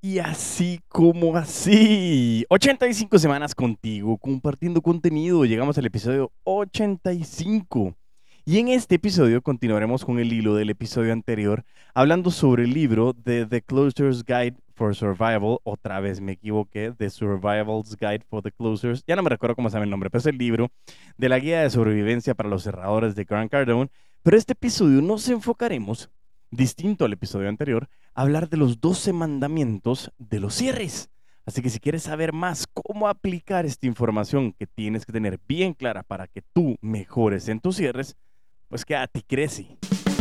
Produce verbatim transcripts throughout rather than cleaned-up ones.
Y así como así, ochenta y cinco semanas contigo, compartiendo contenido. Llegamos al episodio ochenta y cinco. Y en este episodio continuaremos con el hilo del episodio anterior, hablando sobre el libro de The Closer's Guide for Survival. Otra vez me equivoqué, The Survival's Guide for the Closers. Ya no me recuerdo cómo se llama el nombre, pero es el libro de la guía de sobrevivencia para los cerradores de Grant Cardone. Pero este episodio nos enfocaremos, distinto al episodio anterior, a hablar de los doce mandamientos de los cierres. Así que si quieres saber más cómo aplicar esta información que tienes que tener bien clara para que tú mejores en tus cierres, pues quédate y crece.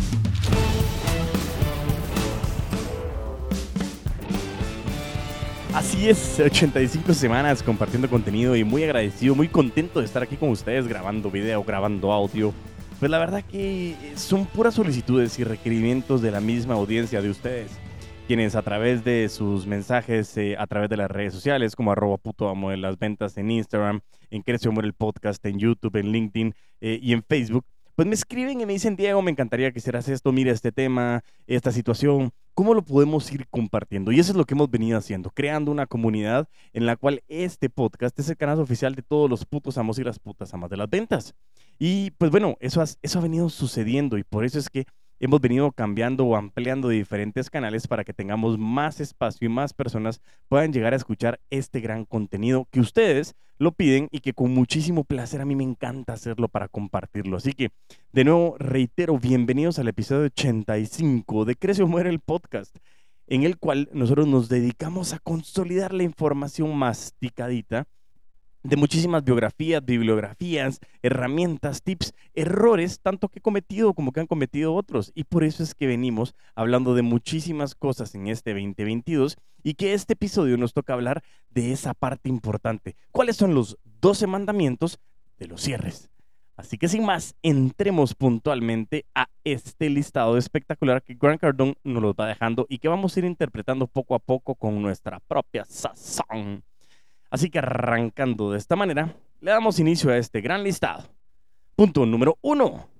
Así es, ochenta y cinco semanas compartiendo contenido y muy agradecido, muy contento de estar aquí con ustedes grabando video, grabando audio. Pues la verdad que son puras solicitudes y requerimientos de la misma audiencia de ustedes, quienes a través de sus mensajes, eh, a través de las redes sociales, como arroba puto amo de las ventas en Instagram, en Crece o Muere el Podcast, en YouTube, en LinkedIn eh, y en Facebook, pues me escriben y me dicen: Diego, me encantaría que hicieras esto, mira este tema, esta situación, ¿cómo lo podemos ir compartiendo? Y eso es lo que hemos venido haciendo, creando una comunidad en la cual este podcast es el canal oficial de todos los putos amos y las putas amas de las ventas. Y pues bueno, eso ha, eso ha venido sucediendo y por eso es que hemos venido cambiando o ampliando diferentes canales para que tengamos más espacio y más personas puedan llegar a escuchar este gran contenido que ustedes lo piden y que con muchísimo placer a mí me encanta hacerlo para compartirlo. Así que, de nuevo, reitero, bienvenidos al episodio ochenta y cinco de Crece o Muere el Podcast, en el cual nosotros nos dedicamos a consolidar la información masticadita de muchísimas biografías, bibliografías, herramientas, tips, errores, tanto que he cometido como que han cometido otros. Y por eso es que venimos hablando de muchísimas cosas en este veinte veintidós y que este episodio nos toca hablar de esa parte importante. ¿Cuáles son los doce mandamientos de los cierres? Así que sin más, entremos puntualmente a este listado espectacular que Grant Cardone nos lo va dejando y que vamos a ir interpretando poco a poco con nuestra propia sazón. Así que arrancando de esta manera, le damos inicio a este gran listado. Punto número uno.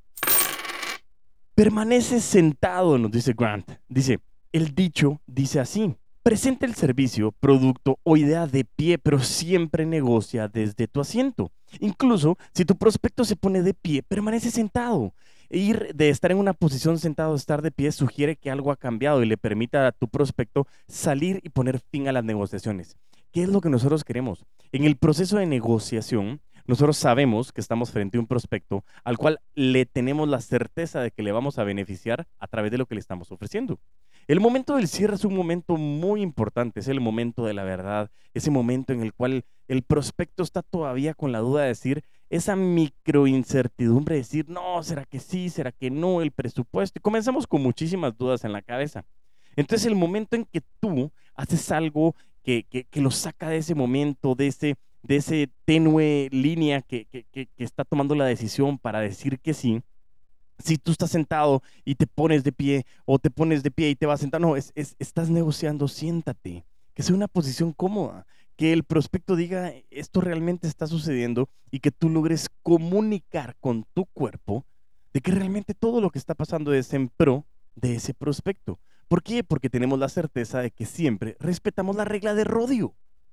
Permanece sentado, nos dice Grant. Dice, el dicho dice así: presenta el servicio, producto o idea de pie, pero siempre negocia desde tu asiento. Incluso si tu prospecto se pone de pie, permanece sentado. Ir de estar en una posición sentado a estar de pie sugiere que algo ha cambiado y le permita a tu prospecto salir y poner fin a las negociaciones. ¿Qué es lo que nosotros queremos? En el proceso de negociación, nosotros sabemos que estamos frente a un prospecto al cual le tenemos la certeza de que le vamos a beneficiar a través de lo que le estamos ofreciendo. El momento del cierre es un momento muy importante, es el momento de la verdad, ese momento en el cual el prospecto está todavía con la duda de decir, esa microincertidumbre de decir, no, ¿será que sí? ¿Será que no? El presupuesto. Y comenzamos con muchísimas dudas en la cabeza. Entonces, el momento en que tú haces algo que, que, que lo saca de ese momento, de ese, de ese tenue línea que, que, que, que está tomando la decisión para decir que sí, si tú estás sentado y te pones de pie o te pones de pie y te vas a sentar, no, es, es, estás negociando, siéntate, que sea una posición cómoda, que el prospecto diga esto realmente está sucediendo y que tú logres comunicar con tu cuerpo de que realmente todo lo que está pasando es en pro de ese prospecto. ¿Por qué? Porque tenemos la certeza de que siempre respetamos la regla de rodio.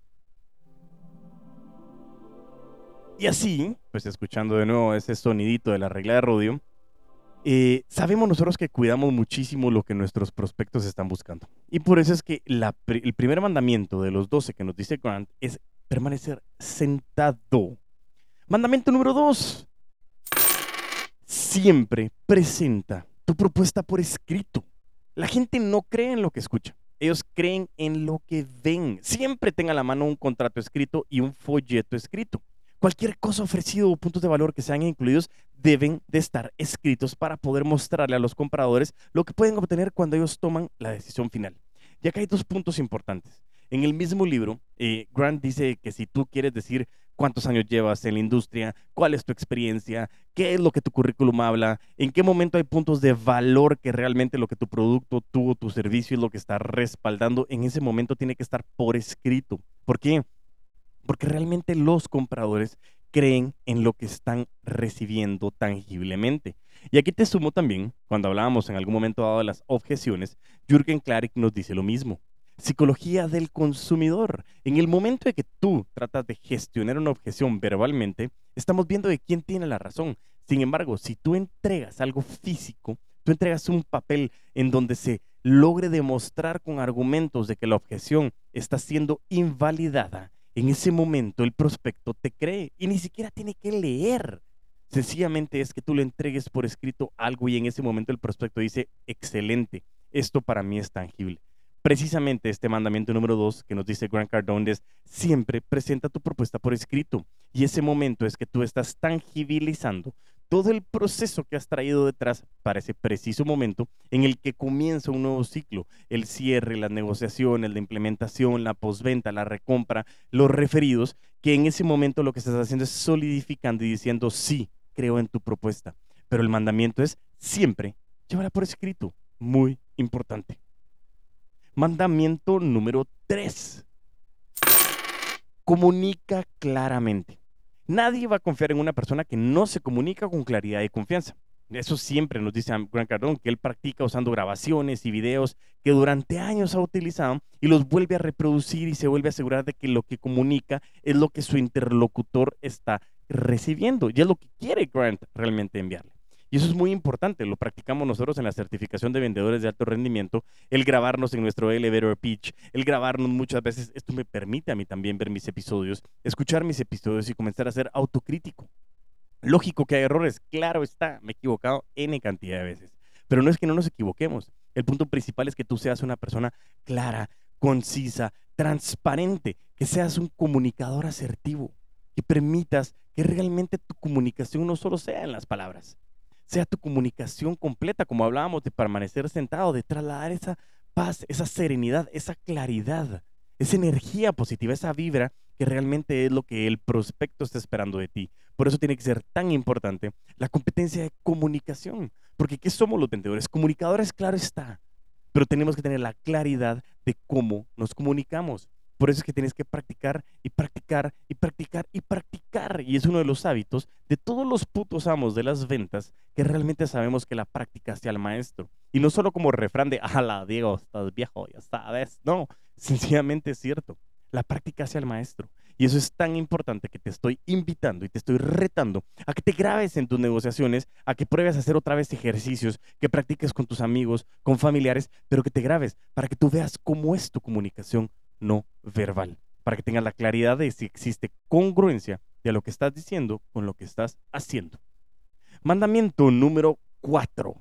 Y así, pues escuchando de nuevo ese sonidito de la regla de rodio, eh, sabemos nosotros que cuidamos muchísimo lo que nuestros prospectos están buscando. Y por eso es que la, el primer mandamiento de los doce que nos dice Grant es permanecer sentado. Mandamiento número dos. Siempre presenta tu propuesta por escrito. La gente no cree en lo que escucha. Ellos creen en lo que ven. Siempre tenga a la mano un contrato escrito y un folleto escrito. Cualquier cosa ofrecido o puntos de valor que sean incluidos deben de estar escritos para poder mostrarle a los compradores lo que pueden obtener cuando ellos toman la decisión final. Y acá hay dos puntos importantes. En el mismo libro, eh, Grant dice que si tú quieres decir cuántos años llevas en la industria, cuál es tu experiencia, qué es lo que tu currículum habla, en qué momento hay puntos de valor que realmente lo que tu producto, tú o tu servicio es lo que está respaldando, en ese momento tiene que estar por escrito. ¿Por qué? Porque realmente los compradores creen en lo que están recibiendo tangiblemente. Y aquí te sumo también, cuando hablábamos en algún momento dado de las objeciones, Jürgen Klarik nos dice lo mismo. Psicología del consumidor. En el momento de que tú tratas de gestionar una objeción verbalmente, estamos viendo de quién tiene la razón. Sin embargo, si tú entregas algo físico, tú entregas un papel en donde se logre demostrar con argumentos de que la objeción está siendo invalidada, en ese momento el prospecto te cree y ni siquiera tiene que leer. Sencillamente es que tú le entregues por escrito algo y en ese momento el prospecto dice, excelente, esto para mí es tangible. Precisamente este mandamiento número dos que nos dice Grant Cardone es siempre presenta tu propuesta por escrito. Y ese momento es que tú estás tangibilizando todo el proceso que has traído detrás para ese preciso momento en el que comienza un nuevo ciclo. El cierre, las negociaciones, la implementación, la postventa, la recompra, los referidos, que en ese momento lo que estás haciendo es solidificando y diciendo sí, creo en tu propuesta. Pero el mandamiento es siempre llévala por escrito. Muy importante. Mandamiento número tres. Comunica claramente. Nadie va a confiar en una persona que no se comunica con claridad y confianza. Eso siempre nos dice Grant Cardone, que él practica usando grabaciones y videos que durante años ha utilizado y los vuelve a reproducir y se vuelve a asegurar de que lo que comunica es lo que su interlocutor está recibiendo y es lo que quiere Grant realmente enviarle. Y eso es muy importante, lo practicamos nosotros en la certificación de vendedores de alto rendimiento, el grabarnos en nuestro elevator pitch, el grabarnos muchas veces, esto me permite a mí también ver mis episodios, escuchar mis episodios y comenzar a ser autocrítico. Lógico que hay errores, claro está, me he equivocado N cantidad de veces, pero no es que no nos equivoquemos, el punto principal es que tú seas una persona clara, concisa, transparente, que seas un comunicador asertivo, que permitas que realmente tu comunicación no solo sea en las palabras, sea tu comunicación completa, como hablábamos, de permanecer sentado, de trasladar esa paz, esa serenidad, esa claridad, esa energía positiva, esa vibra que realmente es lo que el prospecto está esperando de ti. Por eso tiene que ser tan importante la competencia de comunicación, porque ¿qué somos los vendedores? Comunicadores, claro está, pero tenemos que tener la claridad de cómo nos comunicamos. Por eso es que tienes que practicar y practicar y practicar y practicar. Y es uno de los hábitos de todos los putos amos de las ventas que realmente sabemos que la práctica sea el maestro. Y no solo como refrán de, ala, Diego, estás viejo, ya sabes. No, sencillamente es cierto. La práctica sea el maestro. Y eso es tan importante que te estoy invitando y te estoy retando a que te grabes en tus negociaciones, a que pruebes a hacer otra vez ejercicios, que practiques con tus amigos, con familiares, pero que te grabes para que tú veas cómo es tu comunicación no verbal, para que tengas la claridad de si existe congruencia de lo que estás diciendo con lo que estás haciendo. Mandamiento número cuatro.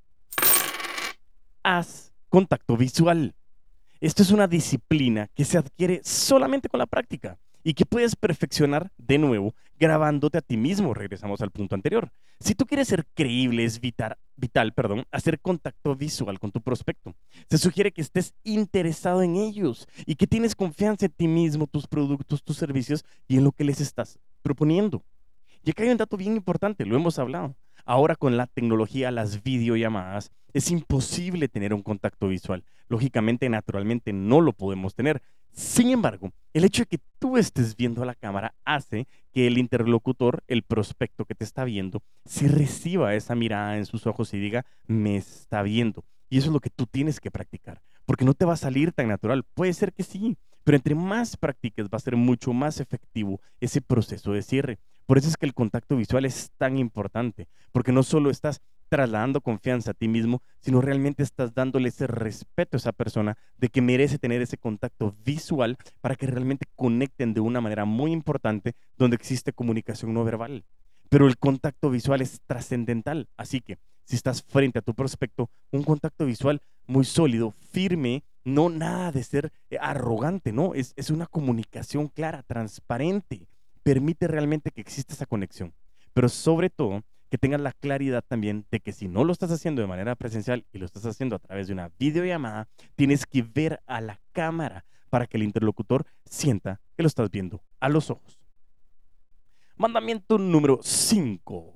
Haz contacto visual. Esto es una disciplina que se adquiere solamente con la práctica y que puedes perfeccionar de nuevo grabándote a ti mismo. Regresamos al punto anterior. Si tú quieres ser creíble, es vital, vital perdón, hacer contacto visual con tu prospecto. Se sugiere que estés interesado en ellos y que tienes confianza en ti mismo, tus productos, tus servicios y en lo que les estás proponiendo. Y acá hay un dato bien importante, lo hemos hablado. Ahora con la tecnología, las videollamadas, es imposible tener un contacto visual. Lógicamente, naturalmente, no lo podemos tener. Sin embargo, el hecho de que tú estés viendo a la cámara hace que el interlocutor, el prospecto que te está viendo, sí reciba esa mirada en sus ojos y diga, me está viendo. Y eso es lo que tú tienes que practicar, porque no te va a salir tan natural. Puede ser que sí, pero entre más practiques va a ser mucho más efectivo ese proceso de cierre. Por eso es que el contacto visual es tan importante, porque no solo estás trasladando confianza a ti mismo, sino realmente estás dándole ese respeto a esa persona de que merece tener ese contacto visual para que realmente conecten de una manera muy importante donde existe comunicación no verbal. Pero el contacto visual es trascendental, así que si estás frente a tu prospecto, un contacto visual muy sólido, firme, no nada de ser eh, arrogante, no, es, es una comunicación clara, transparente, permite realmente que exista esa conexión, pero sobre todo que tengas la claridad también de que si no lo estás haciendo de manera presencial y lo estás haciendo a través de una videollamada, tienes que ver a la cámara para que el interlocutor sienta que lo estás viendo a los ojos. Mandamiento número cinco.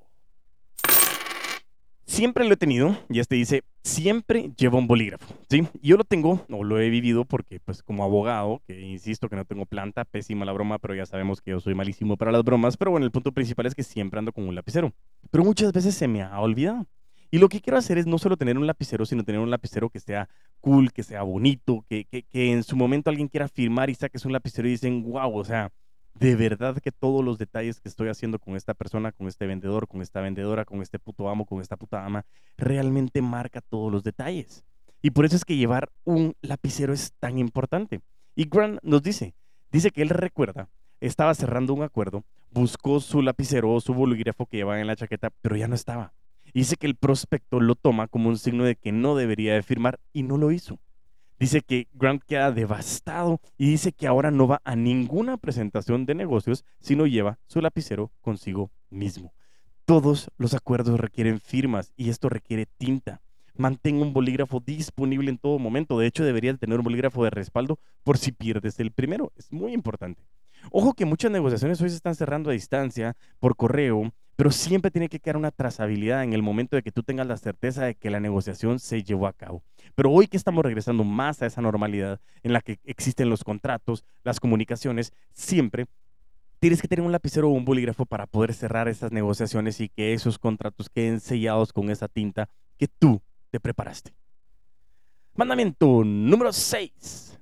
Siempre lo he tenido, y este dice, siempre lleva un bolígrafo, ¿sí? Yo lo tengo, o lo he vivido porque, pues, como abogado, que insisto que no tengo planta, pésima la broma, pero ya sabemos que yo soy malísimo para las bromas, pero bueno, el punto principal es que siempre ando con un lapicero, pero muchas veces se me ha olvidado. Y lo que quiero hacer es no solo tener un lapicero, sino tener un lapicero que sea cool, que sea bonito, que, que, que en su momento alguien quiera firmar y saques un lapicero y dicen, wow, o sea, de verdad que todos los detalles que estoy haciendo con esta persona, con este vendedor, con esta vendedora, con este puto amo, con esta puta ama, realmente marca todos los detalles. Y por eso es que llevar un lapicero es tan importante. Y Grant nos dice, dice que él recuerda, estaba cerrando un acuerdo, buscó su lapicero o su bolígrafo que llevaba en la chaqueta, pero ya no estaba. Y dice que el prospecto lo toma como un signo de que no debería de firmar y no lo hizo. Dice que Grant queda devastado y dice que ahora no va a ninguna presentación de negocios, sino lleva su lapicero consigo mismo. Todos los acuerdos requieren firmas y esto requiere tinta. Mantén un bolígrafo disponible en todo momento. De hecho, deberías tener un bolígrafo de respaldo por si pierdes el primero. Es muy importante. Ojo que muchas negociaciones hoy se están cerrando a distancia, por correo, pero siempre tiene que quedar una trazabilidad en el momento de que tú tengas la certeza de que la negociación se llevó a cabo. Pero hoy que estamos regresando más a esa normalidad en la que existen los contratos, las comunicaciones, siempre tienes que tener un lapicero o un bolígrafo para poder cerrar esas negociaciones y que esos contratos queden sellados con esa tinta que tú te preparaste. Mandamiento número seis.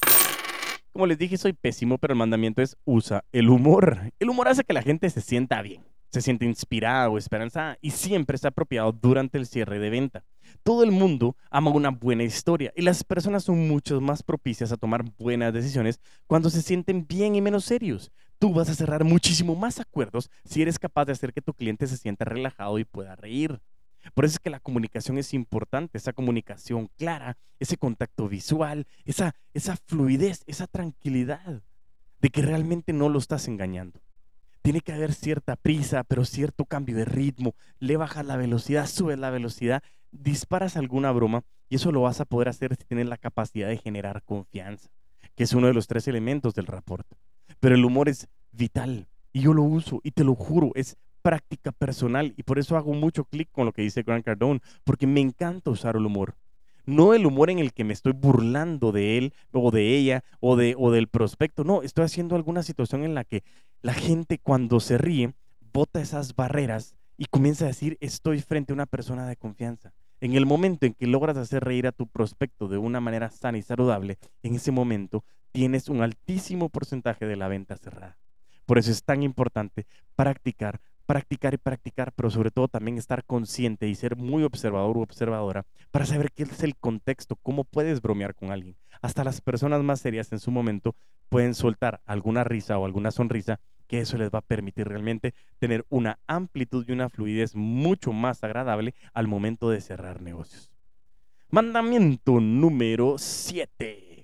Como les dije, soy pésimo, pero el mandamiento es usa el humor. El humor hace que la gente se sienta bien, se siente inspirada o esperanzada y siempre está apropiado durante el cierre de venta. Todo el mundo ama una buena historia y las personas son mucho más propicias a tomar buenas decisiones cuando se sienten bien y menos serios. Tú vas a cerrar muchísimo más acuerdos si eres capaz de hacer que tu cliente se sienta relajado y pueda reír. Por eso es que la comunicación es importante, esa comunicación clara, ese contacto visual, esa, esa fluidez, esa tranquilidad de que realmente no lo estás engañando. Tiene que haber cierta prisa, pero cierto cambio de ritmo. Le bajas la velocidad, subes la velocidad, disparas alguna broma y eso lo vas a poder hacer si tienes la capacidad de generar confianza, que es uno de los tres elementos del rapport. Pero el humor es vital y yo lo uso y te lo juro, es práctica personal y por eso hago mucho clic con lo que dice Grant Cardone, porque me encanta usar el humor. No el humor en el que me estoy burlando de él o de ella o, de, o del prospecto. No, estoy haciendo alguna situación en la que la gente cuando se ríe bota esas barreras y comienza a decir estoy frente a una persona de confianza. En el momento en que logras hacer reír a tu prospecto de una manera sana y saludable, en ese momento tienes un altísimo porcentaje de la venta cerrada. Por eso es tan importante practicar, practicar y practicar, pero sobre todo también estar consciente y ser muy observador u observadora para saber qué es el contexto, cómo puedes bromear con alguien. Hasta las personas más serias en su momento pueden soltar alguna risa o alguna sonrisa, que eso les va a permitir realmente tener una amplitud y una fluidez mucho más agradable al momento de cerrar negocios. Mandamiento número siete.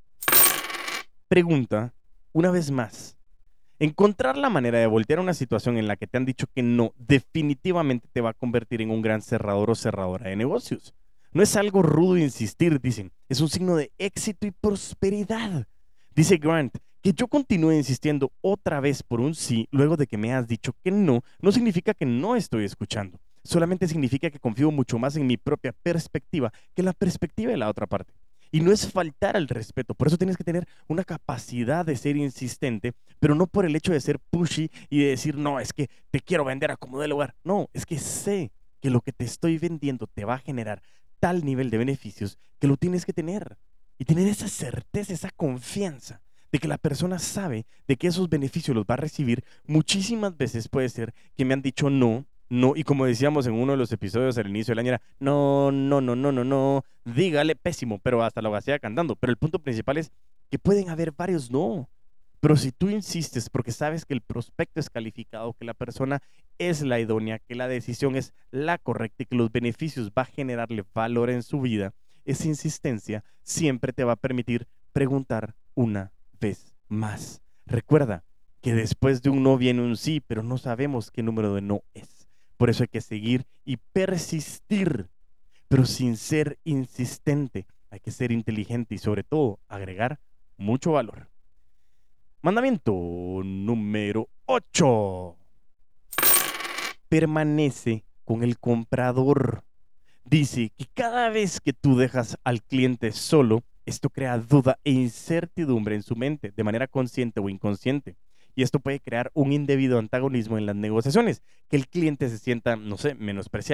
Pregunta, una vez más. Encontrar la manera de voltear una situación en la que te han dicho que no definitivamente te va a convertir en un gran cerrador o cerradora de negocios. No es algo rudo insistir, dicen. Es un signo de éxito y prosperidad. Dice Grant, que yo continúe insistiendo otra vez por un sí luego de que me has dicho que no, no significa que no estoy escuchando. Solamente significa que confío mucho más en mi propia perspectiva que en la perspectiva de la otra parte. Y no es faltar al respeto, por eso tienes que tener una capacidad de ser insistente, pero no por el hecho de ser pushy y de decir, no, es que te quiero vender a como dé lugar. No, es que sé que lo que te estoy vendiendo te va a generar tal nivel de beneficios que lo tienes que tener. Y tener esa certeza, esa confianza de que la persona sabe de que esos beneficios los va a recibir. Muchísimas veces puede ser que me han dicho no, no, y como decíamos en uno de los episodios al inicio del año era, no, no, no, no, no, no, dígale pésimo, pero hasta lo hacía cantando. Pero el punto principal es que pueden haber varios no. Pero si tú insistes porque sabes que el prospecto es calificado, que la persona es la idónea, que la decisión es la correcta y que los beneficios va a generarle valor en su vida, esa insistencia siempre te va a permitir preguntar una vez más. Recuerda que después de un no viene un sí, pero no sabemos qué número de no es. Por eso hay que seguir y persistir, pero sin ser insistente. Hay que ser inteligente y sobre todo agregar mucho valor. Mandamiento número ocho. Permanece con el comprador. Dice que cada vez que tú dejas al cliente solo, esto crea duda e incertidumbre en su mente, de manera consciente o inconsciente. Y esto puede crear un indebido antagonismo en las negociaciones, que el cliente se sienta, no sé, menospreciado,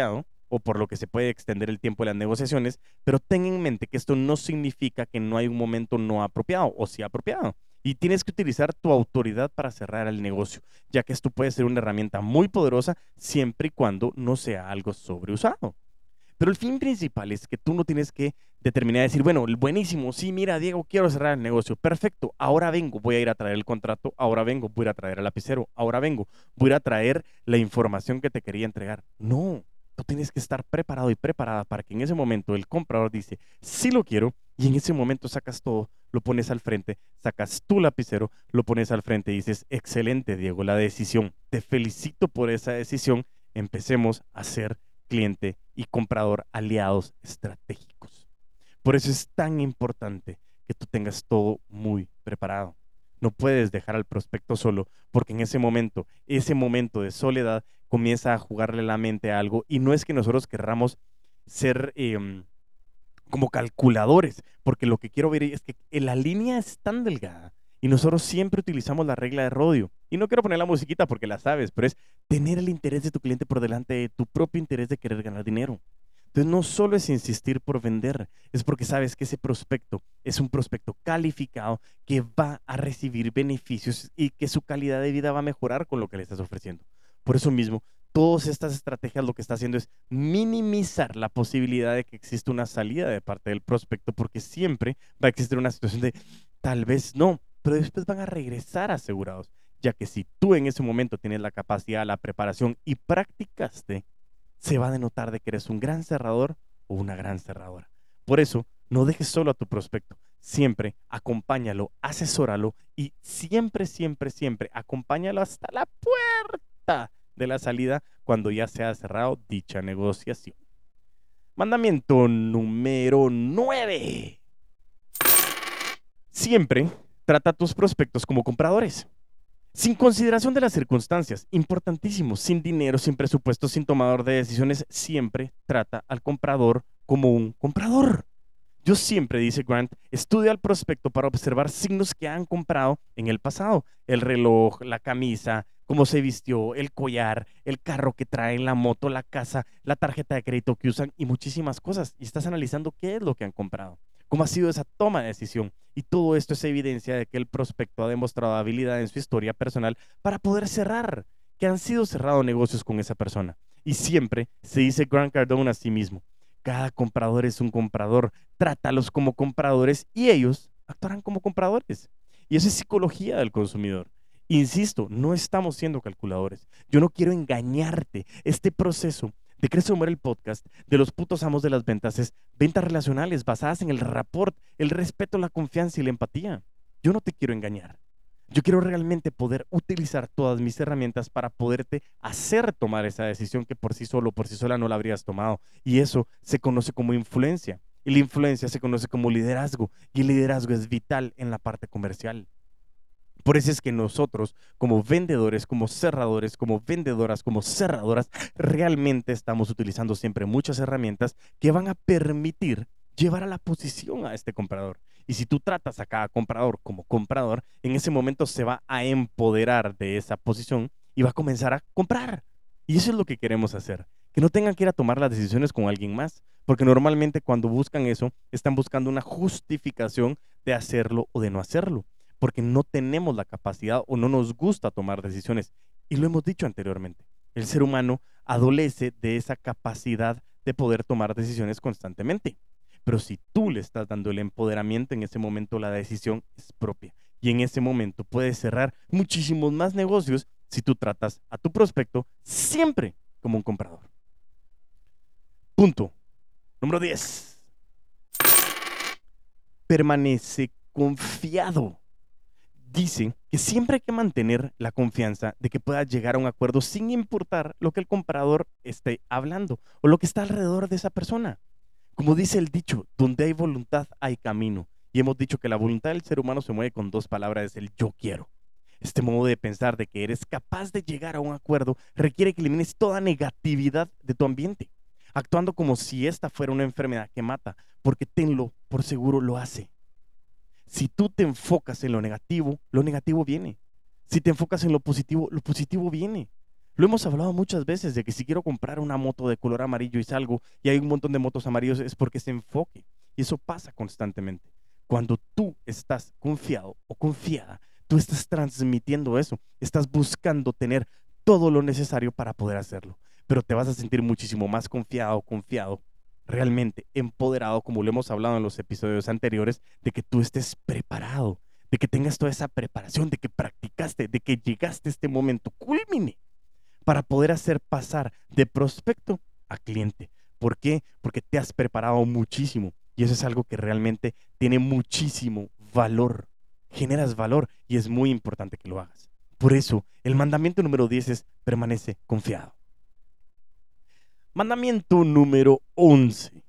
o por lo que se puede extender el tiempo de las negociaciones, pero ten en mente que esto no significa que no hay un momento no apropiado o sí apropiado. Y tienes que utilizar tu autoridad para cerrar el negocio, ya que esto puede ser una herramienta muy poderosa siempre y cuando no sea algo sobreusado. Pero el fin principal es que tú no tienes que determinar, decir, bueno, buenísimo, sí, mira, Diego, quiero cerrar el negocio, perfecto, ahora vengo, voy a ir a traer el contrato, ahora vengo, voy a ir a traer el lapicero, ahora vengo, voy a ir a traer la información que te quería entregar. No, tú tienes que estar preparado y preparada para que en ese momento el comprador dice, sí lo quiero, y en ese momento sacas todo, lo pones al frente, sacas tu lapicero, lo pones al frente y dices, excelente, Diego, la decisión, te felicito por esa decisión, empecemos a ser cliente y comprador aliados estratégicos. Por eso es tan importante que tú tengas todo muy preparado. No puedes dejar al prospecto solo, porque en ese momento, ese momento de soledad comienza a jugarle la mente a algo, y no es que nosotros querramos ser eh, como calculadores, porque lo que quiero ver es que la línea es tan delgada y nosotros siempre utilizamos la regla de Rodio. Y no quiero poner la musiquita porque la sabes, pero es tener el interés de tu cliente por delante de tu propio interés de querer ganar dinero. Entonces no solo es insistir por vender, es porque sabes que ese prospecto es un prospecto calificado que va a recibir beneficios y que su calidad de vida va a mejorar con lo que le estás ofreciendo. Por eso mismo, todas estas estrategias lo que está haciendo es minimizar la posibilidad de que exista una salida de parte del prospecto, porque siempre va a existir una situación de tal vez no, pero después van a regresar asegurados, ya que si tú en ese momento tienes la capacidad, la preparación y practicaste, se va a denotar de que eres un gran cerrador o una gran cerradora. Por eso, no dejes solo a tu prospecto. Siempre acompáñalo, asesóralo y siempre, siempre, siempre acompáñalo hasta la puerta de la salida cuando ya se ha cerrado dicha negociación. Mandamiento número nueve. Siempre trata a tus prospectos como compradores. Sin consideración de las circunstancias, importantísimo, sin dinero, sin presupuesto, sin tomador de decisiones, siempre trata al comprador como un comprador. Yo siempre, dice Grant, estudio al prospecto para observar signos que han comprado en el pasado. El reloj, la camisa, cómo se vistió, el collar, el carro que traen, la moto, la casa, la tarjeta de crédito que usan y muchísimas cosas. Y estás analizando qué es lo que han comprado, cómo ha sido esa toma de decisión. Y todo esto es evidencia de que el prospecto ha demostrado habilidad en su historia personal para poder cerrar, que han sido cerrados negocios con esa persona. Y siempre se dice Grant Cardone a sí mismo, cada comprador es un comprador, trátalos como compradores y ellos actuarán como compradores. Y eso es psicología del consumidor. Insisto, no estamos siendo calculadores. Yo no quiero engañarte. Este proceso de Crece o Muere el podcast, de los putos amos de las ventas, es ventas relacionales basadas en el rapport, el respeto, la confianza y la empatía. Yo no te quiero engañar. Yo quiero realmente poder utilizar todas mis herramientas para poderte hacer tomar esa decisión que por sí solo, por sí sola no la habrías tomado. Y eso se conoce como influencia. Y la influencia se conoce como liderazgo. Y el liderazgo es vital en la parte comercial. Por eso es que nosotros, como vendedores, como cerradores, como vendedoras, como cerradoras, realmente estamos utilizando siempre muchas herramientas que van a permitir llevar a la posición a este comprador. Y si tú tratas a cada comprador como comprador, en ese momento se va a empoderar de esa posición y va a comenzar a comprar. Y eso es lo que queremos hacer. Que no tengan que ir a tomar las decisiones con alguien más. Porque normalmente cuando buscan eso, están buscando una justificación de hacerlo o de no hacerlo. Porque no tenemos la capacidad o no nos gusta tomar decisiones. Y lo hemos dicho anteriormente, el ser humano adolece de esa capacidad de poder tomar decisiones constantemente. Pero si tú le estás dando el empoderamiento, en ese momento la decisión es propia. Y en ese momento puedes cerrar muchísimos más negocios si tú tratas a tu prospecto siempre como un comprador. Punto número diez. Permanece confiado. Dice que siempre hay que mantener la confianza de que puedas llegar a un acuerdo sin importar lo que el comprador esté hablando o lo que está alrededor de esa persona. Como dice el dicho, donde hay voluntad hay camino. Y hemos dicho que la voluntad del ser humano se mueve con dos palabras, es el yo quiero. Este modo de pensar de que eres capaz de llegar a un acuerdo requiere que elimines toda negatividad de tu ambiente, actuando como si esta fuera una enfermedad que mata, porque tenlo por seguro lo hace. Si tú te enfocas en lo negativo, lo negativo viene. Si te enfocas en lo positivo, lo positivo viene. Lo hemos hablado muchas veces de que si quiero comprar una moto de color amarillo y salgo y hay un montón de motos amarillos es porque ese enfoque. Y eso pasa constantemente. Cuando tú estás confiado o confiada, tú estás transmitiendo eso. Estás buscando tener todo lo necesario para poder hacerlo. Pero te vas a sentir muchísimo más confiado o confiado, realmente empoderado, como lo hemos hablado en los episodios anteriores, de que tú estés preparado, de que tengas toda esa preparación, de que practicaste, de que llegaste a este momento culmine para poder hacer pasar de prospecto a cliente. ¿Por qué? Porque te has preparado muchísimo y eso es algo que realmente tiene muchísimo valor. Generas valor y es muy importante que lo hagas. Por eso, el mandamiento número diez es permanece confiado. Mandamiento número once.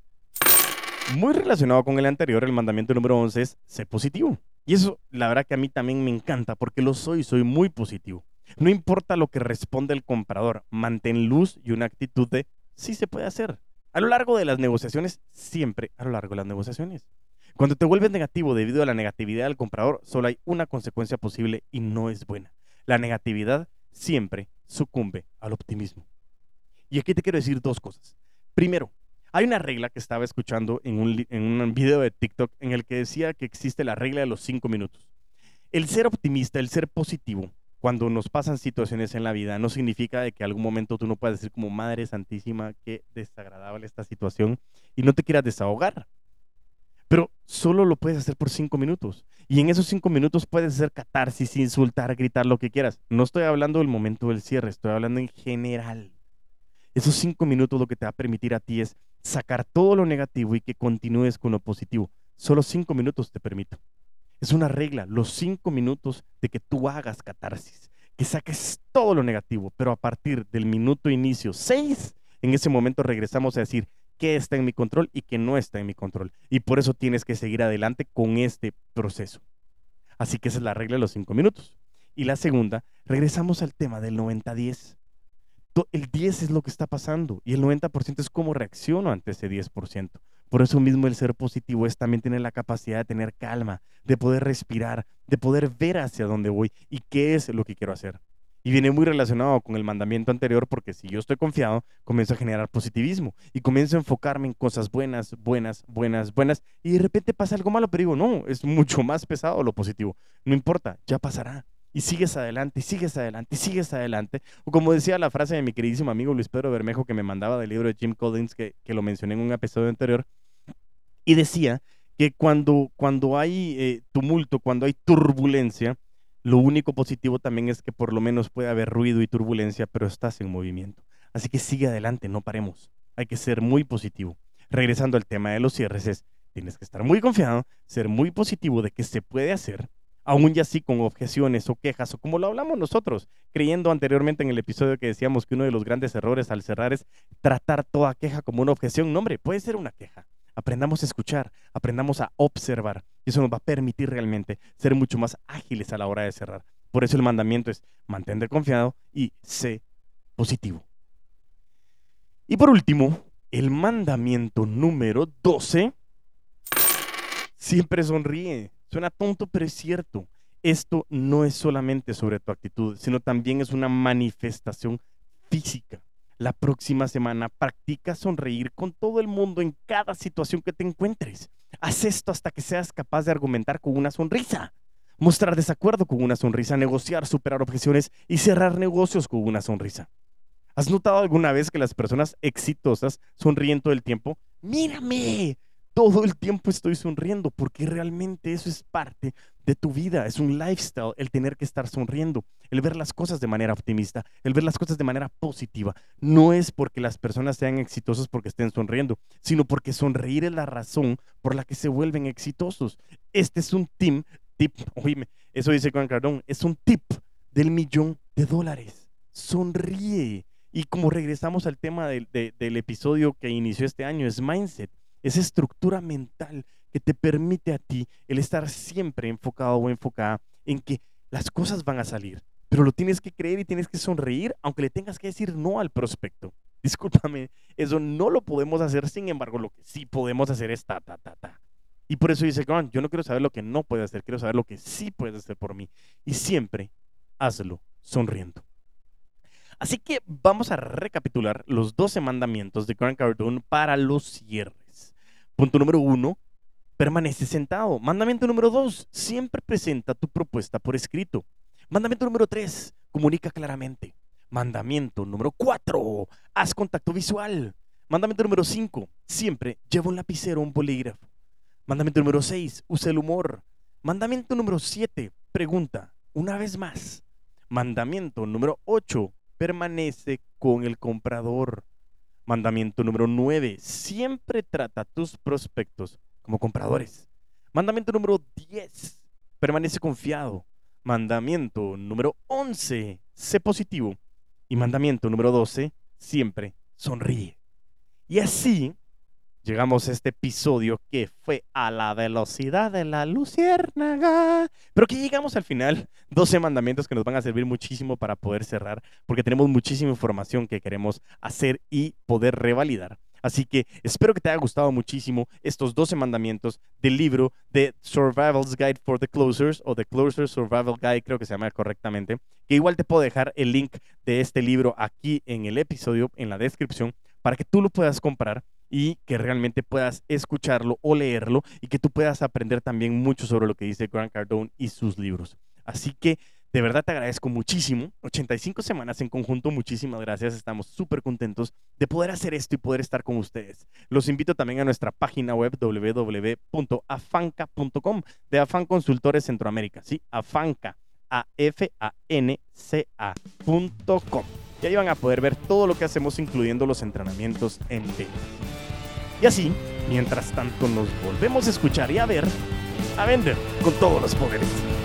Muy relacionado con el anterior, el mandamiento número once es sé positivo. Y eso, la verdad que a mí también me encanta porque lo soy, soy muy positivo. No importa lo que responde el comprador, mantén luz y una actitud de sí se puede hacer. A lo largo de las negociaciones, siempre a lo largo de las negociaciones. Cuando te vuelves negativo debido a la negatividad del comprador, solo hay una consecuencia posible y no es buena. La negatividad siempre sucumbe al optimismo. Y aquí te quiero decir dos cosas. Primero, hay una regla que estaba escuchando en un, en un video de TikTok en el que decía que existe la regla de los cinco minutos. El ser optimista, el ser positivo, cuando nos pasan situaciones en la vida, no significa de que algún momento tú no puedas decir como Madre Santísima, qué desagradable esta situación, y no te quieras desahogar. Pero solo lo puedes hacer por cinco minutos. Y en esos cinco minutos puedes hacer catarsis, insultar, gritar, lo que quieras. No estoy hablando del momento del cierre, estoy hablando en general. Esos cinco minutos lo que te va a permitir a ti es sacar todo lo negativo y que continúes con lo positivo. Solo cinco minutos te permito. Es una regla, los cinco minutos de que tú hagas catarsis, que saques todo lo negativo, pero a partir del minuto inicio seis, en ese momento regresamos a decir qué está en mi control y qué no está en mi control. Y por eso tienes que seguir adelante con este proceso. Así que esa es la regla de los cinco minutos. Y la segunda, regresamos al tema del noventa diez. El diez es lo que está pasando y el noventa por ciento es cómo reacciono ante ese diez por ciento. Por eso mismo el ser positivo es también tener la capacidad de tener calma, de poder respirar, de poder ver hacia dónde voy y qué es lo que quiero hacer. Y viene muy relacionado con el mandamiento anterior porque si yo estoy confiado, comienzo a generar positivismo y comienzo a enfocarme en cosas buenas, buenas, buenas, buenas y de repente pasa algo malo, pero digo, no, es mucho más pesado lo positivo. No importa, ya pasará. Y sigues adelante, y sigues adelante, y sigues adelante. O como decía la frase de mi queridísimo amigo Luis Pedro Bermejo que me mandaba del libro de Jim Collins, que, que lo mencioné en un episodio anterior, y decía que cuando, cuando hay eh, tumulto, cuando hay turbulencia, lo único positivo también es que por lo menos puede haber ruido y turbulencia, pero estás en movimiento. Así que sigue adelante, no paremos. Hay que ser muy positivo. Regresando al tema de los cierres, es, tienes que estar muy confiado, ser muy positivo de que se puede hacer, aún ya así con objeciones o quejas, o como lo hablamos nosotros, creyendo anteriormente en el episodio que decíamos que uno de los grandes errores al cerrar es tratar toda queja como una objeción. No, hombre, puede ser una queja. Aprendamos a escuchar, aprendamos a observar, y eso nos va a permitir realmente ser mucho más ágiles a la hora de cerrar. Por eso el mandamiento es mantente confiado y sé positivo. Y por último, el mandamiento número doce, siempre sonríe. Suena tonto, pero es cierto. Esto no es solamente sobre tu actitud, sino también es una manifestación física. La próxima semana practica sonreír con todo el mundo en cada situación que te encuentres. Haz esto hasta que seas capaz de argumentar con una sonrisa, mostrar desacuerdo con una sonrisa, negociar, superar objeciones y cerrar negocios con una sonrisa. ¿Has notado alguna vez que las personas exitosas sonríen todo el tiempo? ¡Mírame! Todo el tiempo estoy sonriendo porque realmente eso es parte de tu vida, es un lifestyle el tener que estar sonriendo, el ver las cosas de manera optimista, el ver las cosas de manera positiva. No es porque las personas sean exitosas porque estén sonriendo, sino porque sonreír es la razón por la que se vuelven exitosos. Este es un tip, tip, oíme, eso dice Grant Cardone, es un tip del millón de dólares. Sonríe. Y como regresamos al tema del, de, del episodio que inició este año, es mindset. Esa estructura mental que te permite a ti el estar siempre enfocado o enfocada en que las cosas van a salir, pero lo tienes que creer y tienes que sonreír aunque le tengas que decir no al prospecto. Discúlpame, eso no lo podemos hacer, sin embargo, lo que sí podemos hacer es ta, ta, ta, ta. Y por eso dice, Grant, yo no quiero saber lo que no puedes hacer, quiero saber lo que sí puedes hacer por mí. Y siempre hazlo sonriendo. Así que vamos a recapitular los doce mandamientos de Grant Cardone para los cierres. Punto número uno, permanece sentado. Mandamiento número dos, siempre presenta tu propuesta por escrito. Mandamiento número tres, comunica claramente. Mandamiento número cuatro, haz contacto visual. Mandamiento número cinco, siempre lleva un lapicero o un bolígrafo. Mandamiento número seis, usa el humor. Mandamiento número siete, pregunta una vez más. Mandamiento número ocho, permanece con el comprador. Mandamiento número nueve, siempre trata a tus prospectos como compradores. Mandamiento número diez, permanece confiado. Mandamiento número once, sé positivo. Y mandamiento número doce, siempre sonríe. Y así llegamos a este episodio que fue a la velocidad de la luciérnaga. Pero que llegamos al final, doce mandamientos que nos van a servir muchísimo para poder cerrar, porque tenemos muchísima información que queremos hacer y poder revalidar. Así que espero que te haya gustado muchísimo estos doce mandamientos del libro de Survival's Guide for the Closers, o The Closer Survival Guide, creo que se llama correctamente, que igual te puedo dejar el link de este libro aquí en el episodio, en la descripción, para que tú lo puedas comprar y que realmente puedas escucharlo o leerlo y que tú puedas aprender también mucho sobre lo que dice Grant Cardone y sus libros. Así que de verdad te agradezco muchísimo. ochenta y cinco semanas en conjunto, muchísimas gracias. Estamos súper contentos de poder hacer esto y poder estar con ustedes. Los invito también a nuestra página web doble u doble u doble u punto afanca punto com de Afan Consultores Centroamérica. Sí, Afanca, A F A N C A punto com. Y ahí van a poder ver todo lo que hacemos, incluyendo los entrenamientos en vivo. Y así, mientras tanto, nos volvemos a escuchar y a ver, a vender con todos los poderes.